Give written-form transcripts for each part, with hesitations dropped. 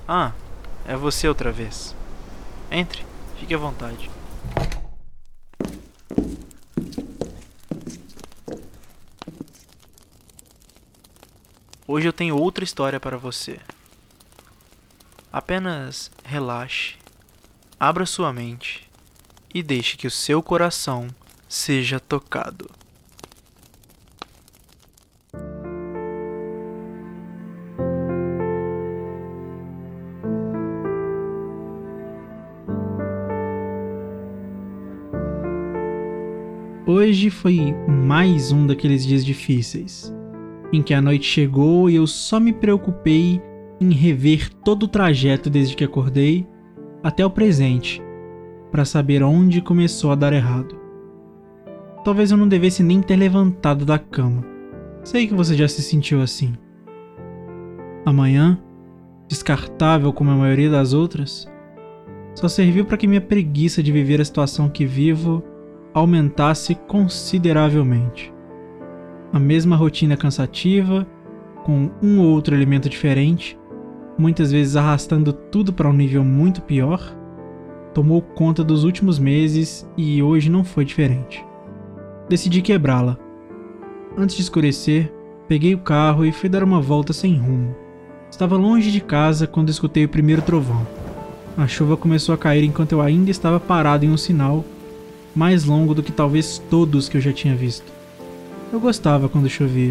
Ah, é você outra vez. Entre, fique à vontade. Hoje eu tenho outra história para você. Apenas relaxe, abra sua mente e deixe que o seu coração seja tocado. Hoje foi mais um daqueles dias difíceis, em que a noite chegou e eu só me preocupei em rever todo o trajeto desde que acordei até o presente, para saber onde começou a dar errado. Talvez eu não devesse nem ter levantado da cama. Sei que você já se sentiu assim. Amanhã, descartável como a maioria das outras, só serviu para que minha preguiça de viver a situação que vivo aumentasse consideravelmente. A mesma rotina cansativa, com um ou outro elemento diferente, muitas vezes arrastando tudo para um nível muito pior, tomou conta dos últimos meses e hoje não foi diferente. Decidi quebrá-la. Antes de escurecer, peguei o carro e fui dar uma volta sem rumo. Estava longe de casa quando escutei o primeiro trovão. A chuva começou a cair enquanto eu ainda estava parado em um sinal mais longo do que talvez todos que eu já tinha visto. Eu gostava quando chovia.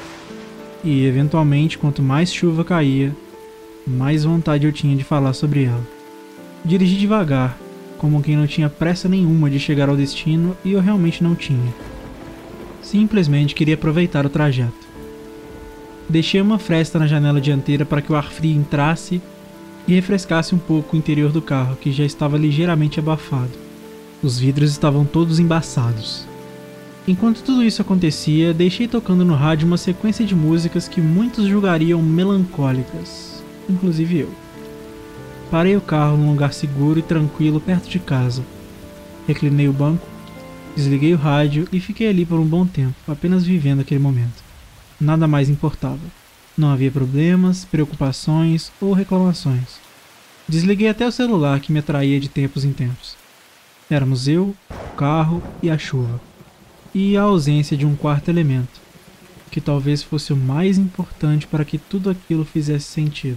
E, eventualmente, quanto mais chuva caía, mais vontade eu tinha de falar sobre ela. Dirigi devagar, como quem não tinha pressa nenhuma de chegar ao destino, e eu realmente não tinha. Simplesmente queria aproveitar o trajeto. Deixei uma fresta na janela dianteira para que o ar frio entrasse e refrescasse um pouco o interior do carro, que já estava ligeiramente abafado. Os vidros estavam todos embaçados. Enquanto tudo isso acontecia, deixei tocando no rádio uma sequência de músicas que muitos julgariam melancólicas, inclusive eu. Parei o carro num lugar seguro e tranquilo perto de casa. Reclinei o banco, desliguei o rádio e fiquei ali por um bom tempo, apenas vivendo aquele momento. Nada mais importava. Não havia problemas, preocupações ou reclamações. Desliguei até o celular que me atraía de tempos em tempos. Éramos eu, o carro e a chuva. E a ausência de um quarto elemento, que talvez fosse o mais importante para que tudo aquilo fizesse sentido.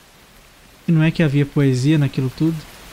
E não é que havia poesia naquilo tudo?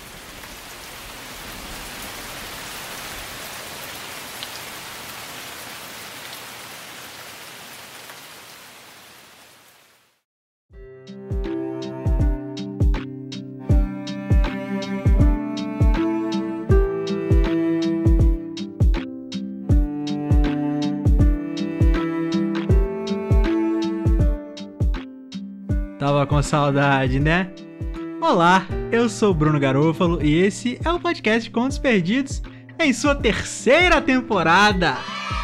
Tava com saudade, né? Olá, eu sou o Bruno Garofalo e esse é o podcast Contos Perdidos em sua terceira temporada.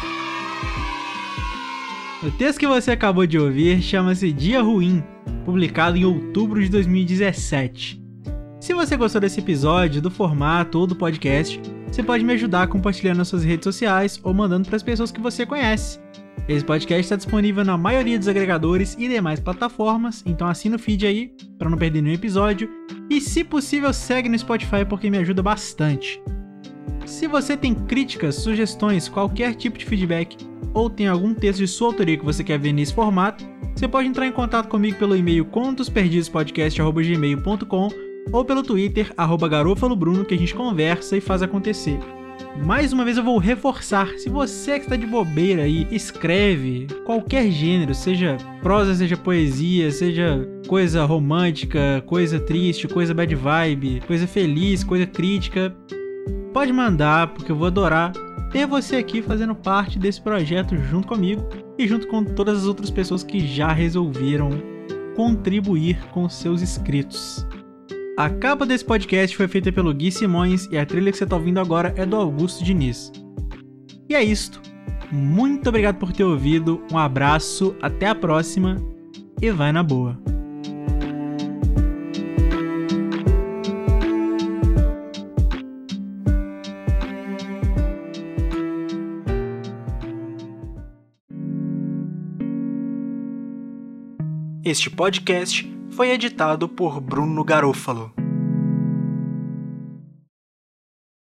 O texto que você acabou de ouvir chama-se Dia Ruim, publicado em outubro de 2017. Se você gostou desse episódio, do formato ou do podcast, você pode me ajudar compartilhando nas suas redes sociais ou mandando para as pessoas que você conhece. Esse podcast está disponível na maioria dos agregadores e demais plataformas, então assina o feed aí para não perder nenhum episódio e, se possível, segue no Spotify porque me ajuda bastante. Se você tem críticas, sugestões, qualquer tipo de feedback ou tem algum texto de sua autoria que você quer ver nesse formato, você pode entrar em contato comigo pelo e-mail contosperdidospodcast@gmail.com ou pelo Twitter @garofalobruno, que a gente conversa e faz acontecer. Mais uma vez eu vou reforçar, se você que está de bobeira aí, escreve qualquer gênero, seja prosa, seja poesia, seja coisa romântica, coisa triste, coisa bad vibe, coisa feliz, coisa crítica, pode mandar, porque eu vou adorar ter você aqui fazendo parte desse projeto junto comigo e junto com todas as outras pessoas que já resolveram contribuir com seus escritos. A capa desse podcast foi feita pelo Gui Simões e a trilha que você está ouvindo agora é do Augusto Diniz. E é isto. Muito obrigado por ter ouvido, um abraço, até a próxima e vai na boa. Este podcast foi editado por Bruno Garofalo.